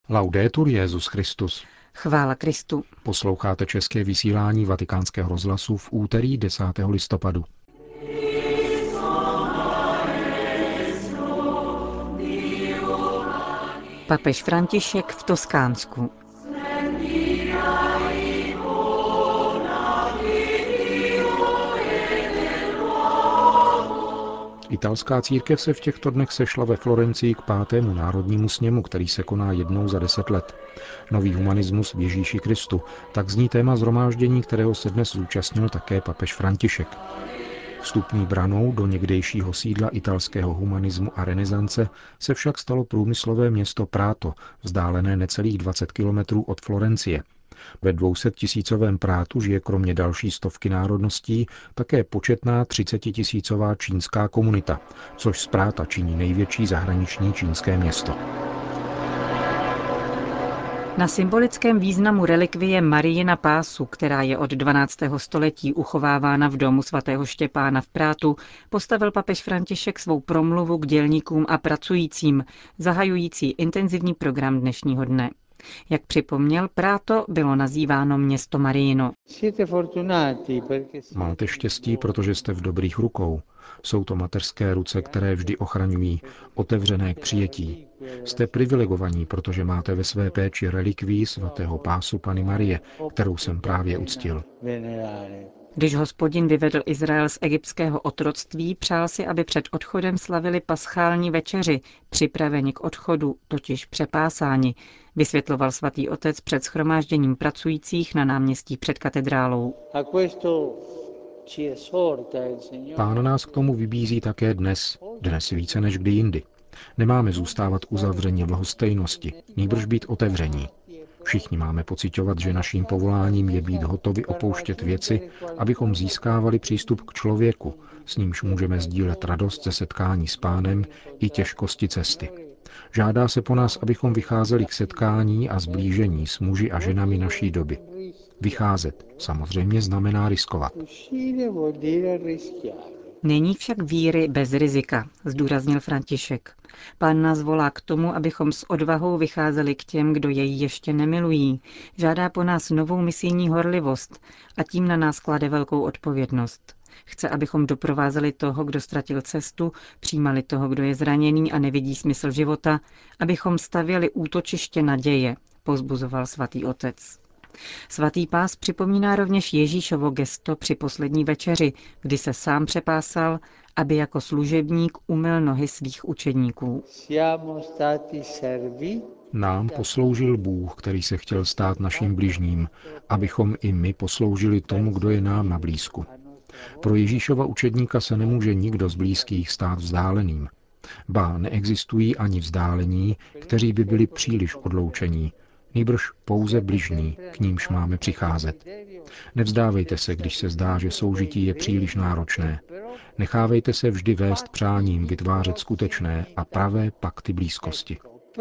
Laudetur Jesus Christus. Chvála Kristu. Posloucháte české vysílání Vatikánského rozhlasu v úterý 10. listopadu. Papež František v Toskánsku. Italská církev se v těchto dnech sešla ve Florencii k 5. národnímu sněmu, který se koná jednou za 10 let. Nový humanismus v Ježíši Kristu, tak zní téma shromáždění, kterého se dnes zúčastnil také papež František. Vstupní branou do někdejšího sídla italského humanismu a renesance se však stalo průmyslové město Prato, vzdálené necelých 20 kilometrů od Florencie. Ve 200 000 Prátu žije kromě další stovky národností také početná 30 000 čínská komunita, což z Práta činí největší zahraniční čínské město. Na symbolickém významu relikvie Marijina pásu, která je od 12. století uchovávána v domu svatého Štěpána v Prátu, postavil papež František svou promluvu k dělníkům a pracujícím, zahajující intenzivní program dnešního dne. Jak připomněl, Prato bylo nazýváno město Marijino. Máte štěstí, protože jste v dobrých rukou. Jsou to mateřské ruce, které vždy ochraňují, otevřené k přijetí. Jste privilegovaní, protože máte ve své péči relikvii svatého pásu Panny Marie, kterou jsem právě uctil. Když Hospodin vyvedl Izrael z egyptského otroctví, přál si, aby před odchodem slavili paschální večeři, připraveni k odchodu, totiž přepásáni, vysvětloval svatý otec před shromážděním pracujících na náměstí před katedrálou. Pán nás k tomu vybízí také dnes více než kdy jindy. Nemáme zůstávat uzavřeni v lhostejnosti, nýbrž být otevření. Všichni máme pociťovat, že naším povoláním je být hotovi opouštět věci, abychom získávali přístup k člověku, s nímž můžeme sdílet radost ze setkání s Pánem i těžkosti cesty. Žádá se po nás, abychom vycházeli k setkání a zblížení s muži a ženami naší doby. Vycházet samozřejmě znamená riskovat. Není však víry bez rizika, zdůraznil František. Pán nás volá k tomu, abychom s odvahou vycházeli k těm, kdo jej ještě nemilují. Žádá po nás novou misijní horlivost a tím na nás klade velkou odpovědnost. Chce, abychom doprovázeli toho, kdo ztratil cestu, přijímali toho, kdo je zraněný a nevidí smysl života, abychom stavěli útočiště naděje, povzbuzoval svatý otec. Svatý pás připomíná rovněž Ježíšovo gesto při poslední večeři, kdy se sám přepásal, aby jako služebník umyl nohy svých učedníků. Nám posloužil Bůh, který se chtěl stát naším bližním, abychom i my posloužili tomu, kdo je nám na blízku. Pro Ježíšova učedníka se nemůže nikdo z blízkých stát vzdáleným. Ba neexistují ani vzdálení, kteří by byli příliš odloučení, nýbrž pouze bližní, k nímž máme přicházet. Nevzdávejte se, když se zdá, že soužití je příliš náročné. Nechávejte se vždy vést přáním vytvářet skutečné a pravé pakty blízkosti.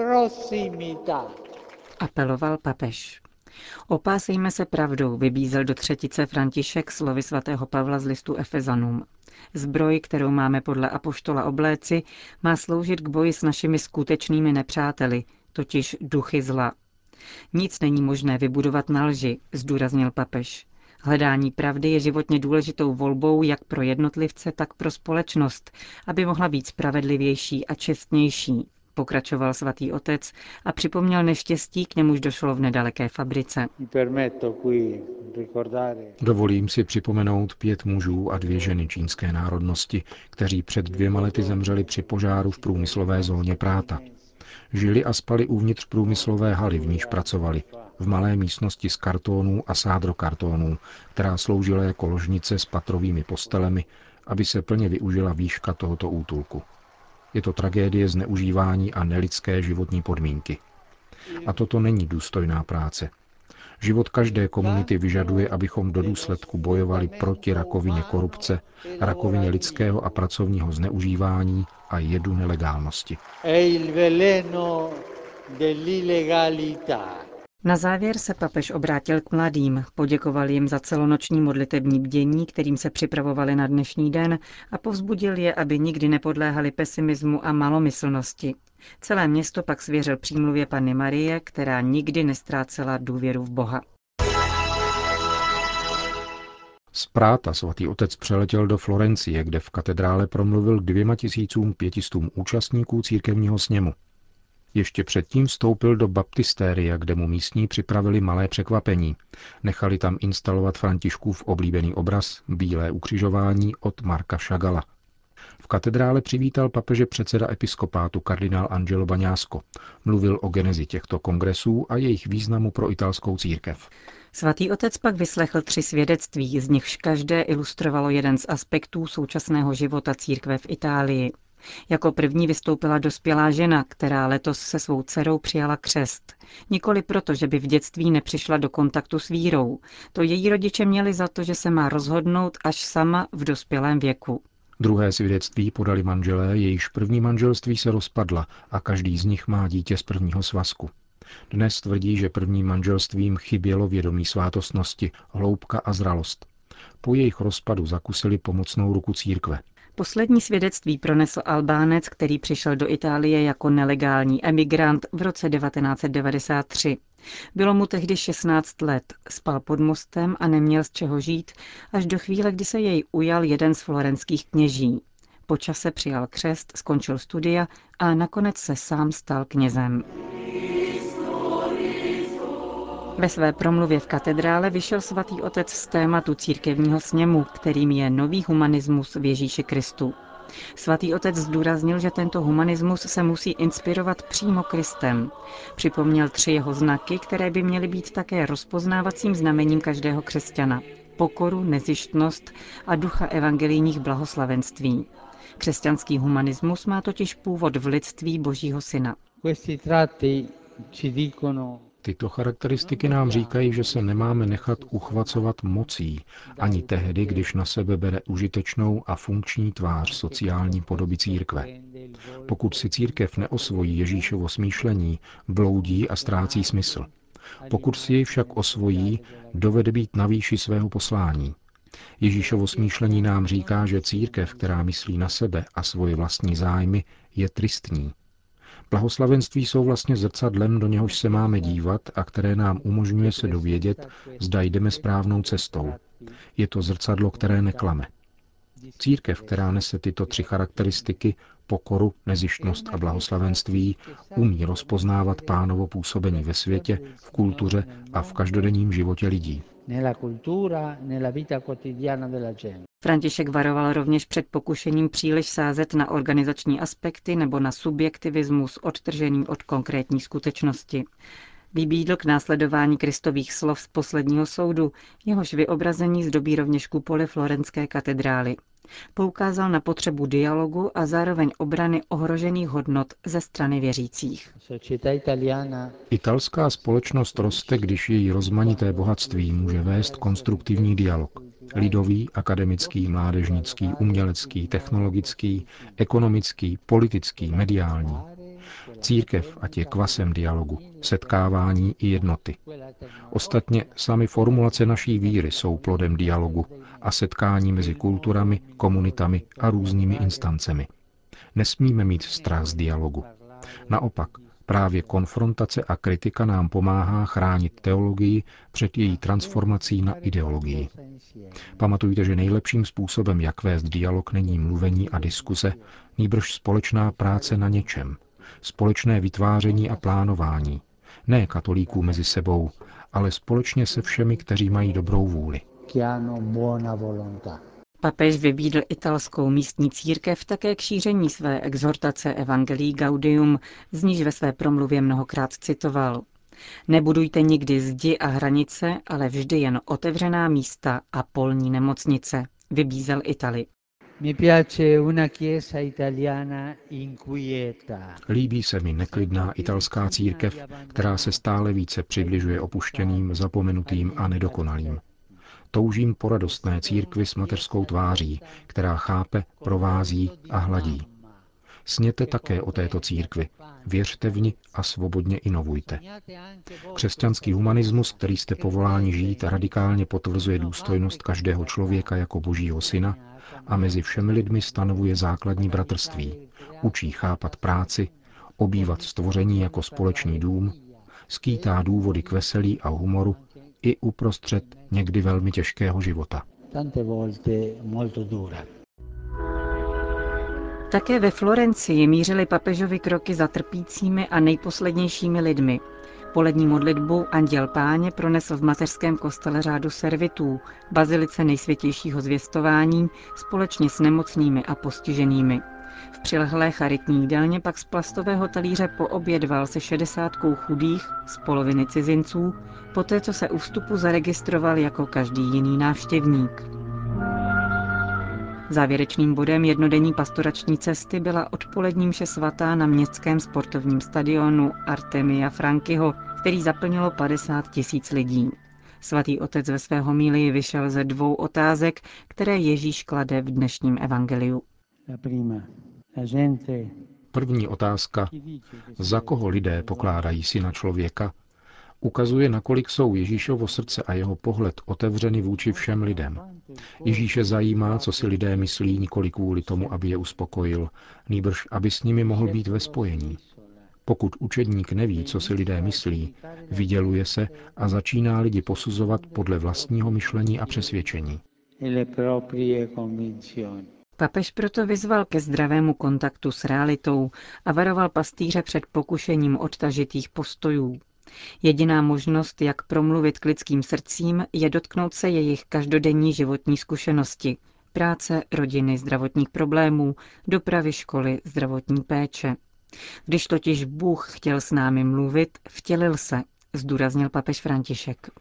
Apeloval papež. Opásejme se pravdou, vybízel do třetice František slovy svatého Pavla z listu Efezanům. Zbroj, kterou máme podle apoštola obléci, má sloužit k boji s našimi skutečnými nepřáteli, totiž duchy zla. Nic není možné vybudovat na lži, zdůraznil papež. Hledání pravdy je životně důležitou volbou jak pro jednotlivce, tak pro společnost, aby mohla být spravedlivější a čestnější, pokračoval svatý otec a připomněl neštěstí, k němuž došlo v nedaleké fabrice. Dovolím si připomenout 5 mužů a 2 ženy čínské národnosti, kteří před 2 lety zemřeli při požáru v průmyslové zóně Práta. Žili a spali uvnitř průmyslové haly, v níž pracovali, v malé místnosti z kartonů a sádrokartonů, která sloužila jako ložnice s patrovými postelemi, aby se plně využila výška tohoto útulku. Je to tragédie zneužívání a nelidské životní podmínky. A toto není důstojná práce. Život každé komunity vyžaduje, abychom do důsledku bojovali proti rakovině korupce, rakovině lidského a pracovního zneužívání a jedu nelegálnosti. Na závěr se papež obrátil k mladým, poděkoval jim za celonoční modlitební bdění, kterým se připravovali na dnešní den, a povzbudil je, aby nikdy nepodléhali pesimismu a malomyslnosti. Celé město pak svěřil přímluvě Panny Marie, která nikdy nestrácela důvěru v Boha. Z Práta svatý otec přeletěl do Florencie, kde v katedrále promluvil k 2500 účastníků církevního sněmu. Ještě předtím vstoupil do baptistéria, kde mu místní připravili malé překvapení. Nechali tam instalovat Františkův oblíbený obraz Bílé ukřižování od Marka Chagalla. V katedrále přivítal papeže předseda episkopátu kardinál Angelo Bagnasco. Mluvil o genezi těchto kongresů a jejich významu pro italskou církev. Svatý otec pak vyslechl 3 svědectví, z nichž každé ilustrovalo jeden z aspektů současného života církve v Itálii. Jako první vystoupila dospělá žena, která letos se svou dcerou přijala křest. Nikoli proto, že by v dětství nepřišla do kontaktu s vírou. To její rodiče měli za to, že se má rozhodnout až sama v dospělém věku. Druhé svědectví podali manželé, jejichž první manželství se rozpadla a každý z nich má dítě z prvního svazku. Dnes tvrdí, že prvním manželstvím chybělo vědomí svátostnosti, hloubka a zralost. Po jejich rozpadu zakusili pomocnou ruku církve. Poslední svědectví pronesl Albánec, který přišel do Itálie jako nelegální emigrant v roce 1993. Bylo mu tehdy 16 let, spal pod mostem a neměl z čeho žít, až do chvíle, kdy se jej ujal jeden z florenských kněží. Po čase přijal křest, skončil studia a nakonec se sám stal knězem. Ve své promluvě v katedrále vyšel svatý otec z tématu církevního sněmu, kterým je nový humanismus v Ježíši Kristu. Svatý otec zdůraznil, že tento humanismus se musí inspirovat přímo Kristem. Připomněl 3 jeho znaky, které by měly být také rozpoznávacím znamením každého křesťana. Pokoru, nezištnost a ducha evangelijních blahoslavenství. Křesťanský humanismus má totiž původ v lidství Božího Syna. Tyto charakteristiky nám říkají, že se nemáme nechat uchvacovat mocí, ani tehdy, když na sebe bere užitečnou a funkční tvář sociální podoby církve. Pokud si církev neosvojí Ježíšovo smýšlení, bloudí a ztrácí smysl. Pokud si jej však osvojí, dovede být na výši svého poslání. Ježíšovo smýšlení nám říká, že církev, která myslí na sebe a svoje vlastní zájmy, je tristní. Blahoslavenství jsou vlastně zrcadlem, do něhož se máme dívat a které nám umožňuje se dovědět, zda jdeme správnou cestou. Je to zrcadlo, které neklame. Církev, která nese tyto 3 charakteristiky, pokoru, nezištnost a blahoslavenství, umí rozpoznávat Pánovo působení ve světě, v kultuře a v každodenním životě lidí. František varoval rovněž před pokušením příliš sázet na organizační aspekty nebo na subjektivismus odtržený od konkrétní skutečnosti. Vybídl k následování Kristových slov z posledního soudu, jehož vyobrazení zdobí rovněž kupole florenské katedrály. Poukázal na potřebu dialogu a zároveň obrany ohrožených hodnot ze strany věřících. Italská společnost roste, když její rozmanité bohatství může vést konstruktivní dialog. Lidový, akademický, mládežnický, umělecký, technologický, ekonomický, politický, mediální. Církev ať je kvasem dialogu, setkávání i jednoty. Ostatně sami formulace naší víry jsou plodem dialogu a setkání mezi kulturami, komunitami a různými instancemi. Nesmíme mít strach z dialogu. Naopak, právě konfrontace a kritika nám pomáhá chránit teologii před její transformací na ideologii. Pamatujte, že nejlepším způsobem, jak vést dialog, není mluvení a diskuse, nýbrž společná práce na něčem, společné vytváření a plánování, ne katolíků mezi sebou, ale společně se všemi, kteří mají dobrou vůli. Papež vybídl italskou místní církev také k šíření své exhortace Evangelii Gaudium, z níž ve své promluvě mnohokrát citoval. Nebudujte nikdy zdi a hranice, ale vždy jen otevřená místa a polní nemocnice, vybízel Itali. Líbí se mi neklidná italská církev, která se stále více přibližuje opuštěným, zapomenutým a nedokonalým. Toužím po radostné církvi s mateřskou tváří, která chápe, provází a hladí. Sněte také o této církvi, věřte v ní a svobodně inovujte. Křesťanský humanismus, který jste povoláni žít, radikálně potvrzuje důstojnost každého člověka jako Božího syna a mezi všemi lidmi stanovuje základní bratrství, učí chápat práci, obývat stvoření jako společný dům, skýtá důvody k veselí a humoru i uprostřed někdy velmi těžkého života. Také ve Florencii mířily papežovi kroky za trpícími a nejposlednějšími lidmi. Polední modlitbu Anděl Páně pronesl v mateřském kostele řádu servitů, bazilice Nejsvětějšího zvěstování, společně s nemocnými a postiženými. V přilehlé charitní jídelně pak z plastového talíře poobědval se 60 chudých, z poloviny cizinců, poté co se u vstupu zaregistroval jako každý jiný návštěvník. Závěrečným bodem jednodenní pastorační cesty byla odpolední mše svatá na městském sportovním stadionu Artemia Frankyho, který zaplnilo 50 000 lidí. Svatý otec ve své homílii vyšel ze 2 otázek, které Ježíš klade v dnešním evangeliu. První otázka, za koho lidé pokládají syna člověka, ukazuje, nakolik jsou Ježíšovo srdce a jeho pohled otevřeny vůči všem lidem. Ježíše zajímá, co si lidé myslí, nikoli kvůli tomu, aby je uspokojil, nýbrž aby s nimi mohl být ve spojení. Pokud učedník neví, co si lidé myslí, vyděluje se a začíná lidi posuzovat podle vlastního myšlení a přesvědčení. Papež proto vyzval ke zdravému kontaktu s realitou a varoval pastýře před pokušením odtažitých postojů. Jediná možnost, jak promluvit k lidským srdcím, je dotknout se jejich každodenní životní zkušenosti, práce, rodiny, zdravotních problémů, dopravy, školy, zdravotní péče. Když totiž Bůh chtěl s námi mluvit, vtělil se, zdůraznil papež František.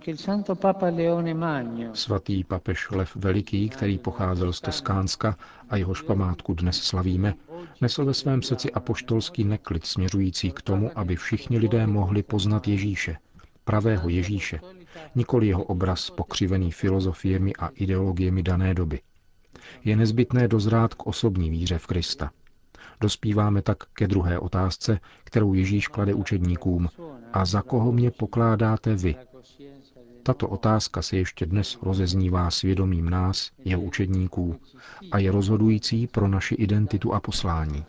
Svatý papež Lev Veliký, který pocházel z Toskánska a jehož památku dnes slavíme, nesl ve svém srdci apoštolský neklid směřující k tomu, aby všichni lidé mohli poznat Ježíše, pravého Ježíše, nikoli jeho obraz pokřivený filozofiemi a ideologiemi dané doby. Je nezbytné dozrát k osobní víře v Krista. Dospíváme tak ke druhé otázce, kterou Ježíš klade učedníkům. A za koho mě pokládáte vy? Tato otázka se ještě dnes rozeznívá svědomím nás, jeho učedníků, a je rozhodující pro naši identitu a poslání.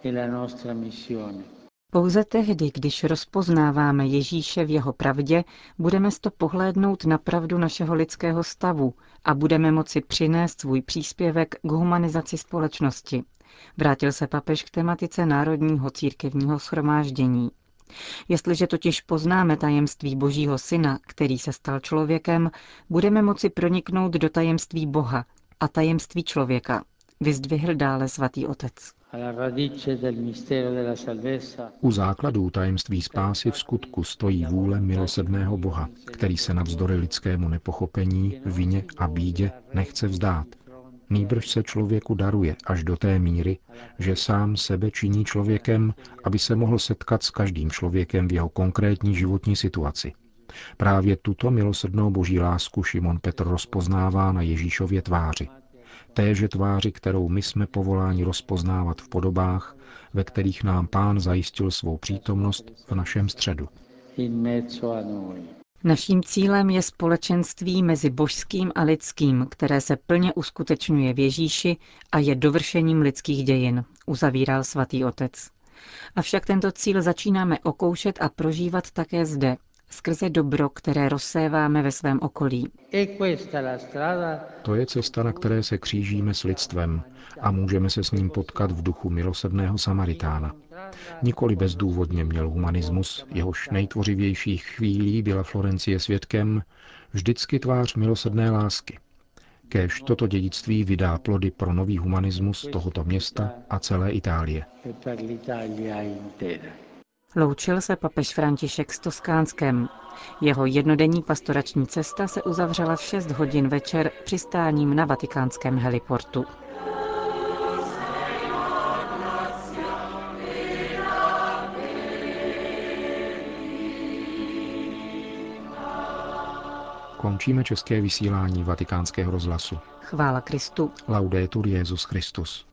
Pouze tehdy, když rozpoznáváme Ježíše v jeho pravdě, budeme to pohlédnout na pravdu našeho lidského stavu a budeme moci přinést svůj příspěvek k humanizaci společnosti. Vrátil se papež k tematice Národního církevního shromáždění. Jestliže totiž poznáme tajemství Božího Syna, který se stal člověkem, budeme moci proniknout do tajemství Boha a tajemství člověka, vyzdvihl dále svatý otec. U základů tajemství spásy v skutku stojí vůle milosrdného Boha, který se navzdory lidskému nepochopení, vině a bídě nechce vzdát. Nýbrž se člověku daruje až do té míry, že sám sebe činí člověkem, aby se mohl setkat s každým člověkem v jeho konkrétní životní situaci. Právě tuto milosrdnou boží lásku Šimon Petr rozpoznává na Ježíšově tváři. Téže tváři, kterou my jsme povoláni rozpoznávat v podobách, ve kterých nám Pán zajistil svou přítomnost v našem středu. Naším cílem je společenství mezi božským a lidským, které se plně uskutečňuje v Ježíši a je dovršením lidských dějin, uzavíral svatý otec. Avšak tento cíl začínáme okoušet a prožívat také zde, skrze dobro, které rozséváme ve svém okolí. To je cesta, na které se křížíme s lidstvem a můžeme se s ním potkat v duchu milosrdného Samaritána. Nikoli bezdůvodně měl humanismus, jehož nejtvořivějších chvílí byla Florencie svědkem, vždycky tvář milosrdné lásky. Kéž toto dědictví vydá plody pro nový humanismus tohoto města a celé Itálie. Loučil se papež František s Toskánskem. Jeho jednodenní pastorační cesta se uzavřela v 6 hodin večer přistáním na vatikánském heliportu. Končíme české vysílání Vatikánského rozhlasu. Chvála Kristu. Laudetur Jesus Christus.